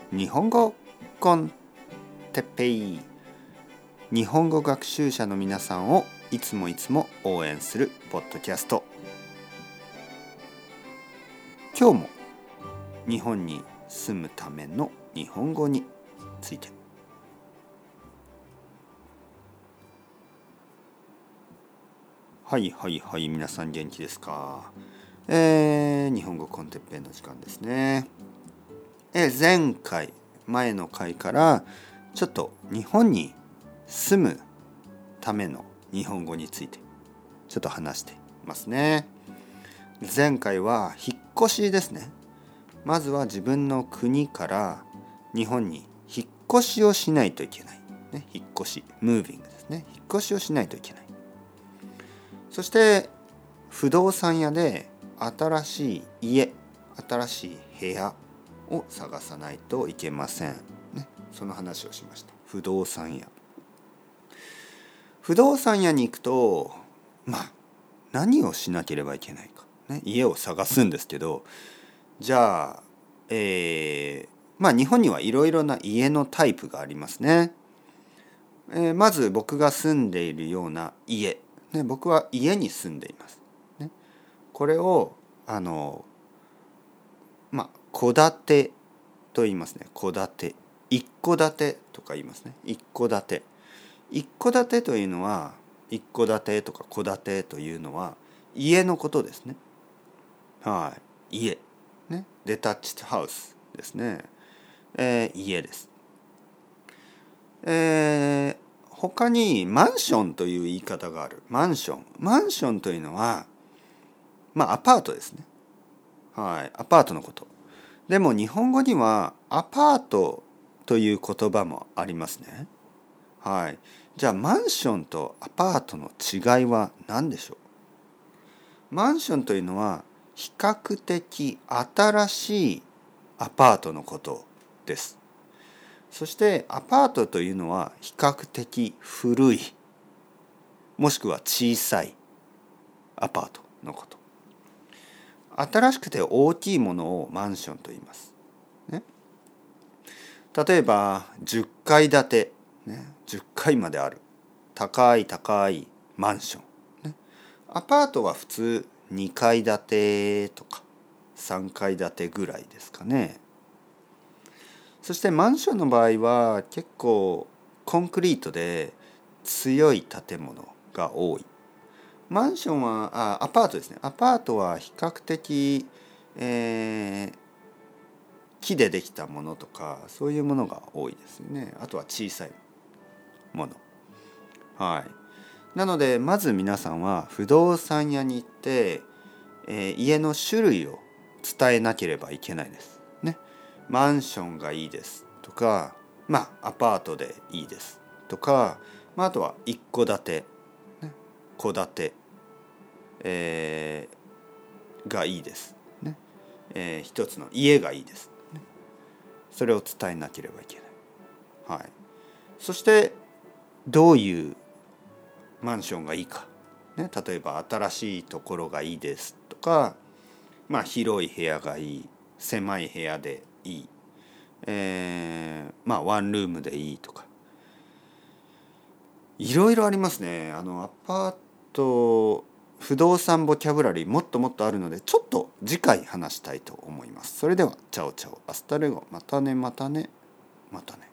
日本語コンテッペイ。日本語学習者の皆さんをいつも応援するポッドキャスト。今日も日本に住むための日本語について。はい皆さん元気ですか？日本語コンテッペイの時間ですね。前の回からちょっと日本に住むための日本語についてちょっと話していますね。前回は引っ越しですね。まずは自分の国から日本に引っ越しをしないといけない、ね、引っ越し、ムービングですね。引っ越しをしないといけない。そして不動産屋で新しい家、新しい部屋を探さないといけません、ね、その話をしました。不動産屋に行くと何をしなければいけないか、ね、家を探すんですけど、じゃあ、日本にはいろいろな家のタイプがありますね。まず僕が住んでいるような家、ね、僕は家に住んでいます、ね、これを戸建てと言いますね。戸建て、一戸建てとか言いますね。一戸建てというのは、一戸建てとか戸建てというのは家のことですね。はい、家ね、デタッチドハウスですね。家です。他にマンションという言い方がある。マンションというのはアパートですね。はい、アパートのこと。でも日本語にはアパートという言葉もありますね。はい。じゃあマンションとアパートの違いは何でしょう？マンションというのは比較的新しいアパートのことです。そしてアパートというのは比較的古い、もしくは小さいアパートのこと。新しくて大きいものをマンションと言います、ね、例えば10階建て、ね、10階まである高いマンション、ね、アパートは普通2階建てとか3階建てぐらいですかね。そしてマンションの場合は結構コンクリートで強い建物が多い。マンションはアパートですね。アパートは比較的、木でできたものとかそういうものが多いですね。あとは小さいもの。はい。なのでまず皆さんは不動産屋に行って、家の種類を伝えなければいけないです。ね。マンションがいいですとか、アパートでいいですとか、あとは一戸建て、ね、戸建て、がいいです、ね、一つの家がいいです、ね、それを伝えなければいけない。はい。そしてどういうマンションがいいか、ね、例えば新しいところがいいですとか、広い部屋がいい、狭い部屋でいい、ワンルームでいいとかいろいろありますね。アパート不動産ボキャブラリーもっとあるので、ちょっと次回話したいと思います。それではチャオチャオアスタレゴ、またね。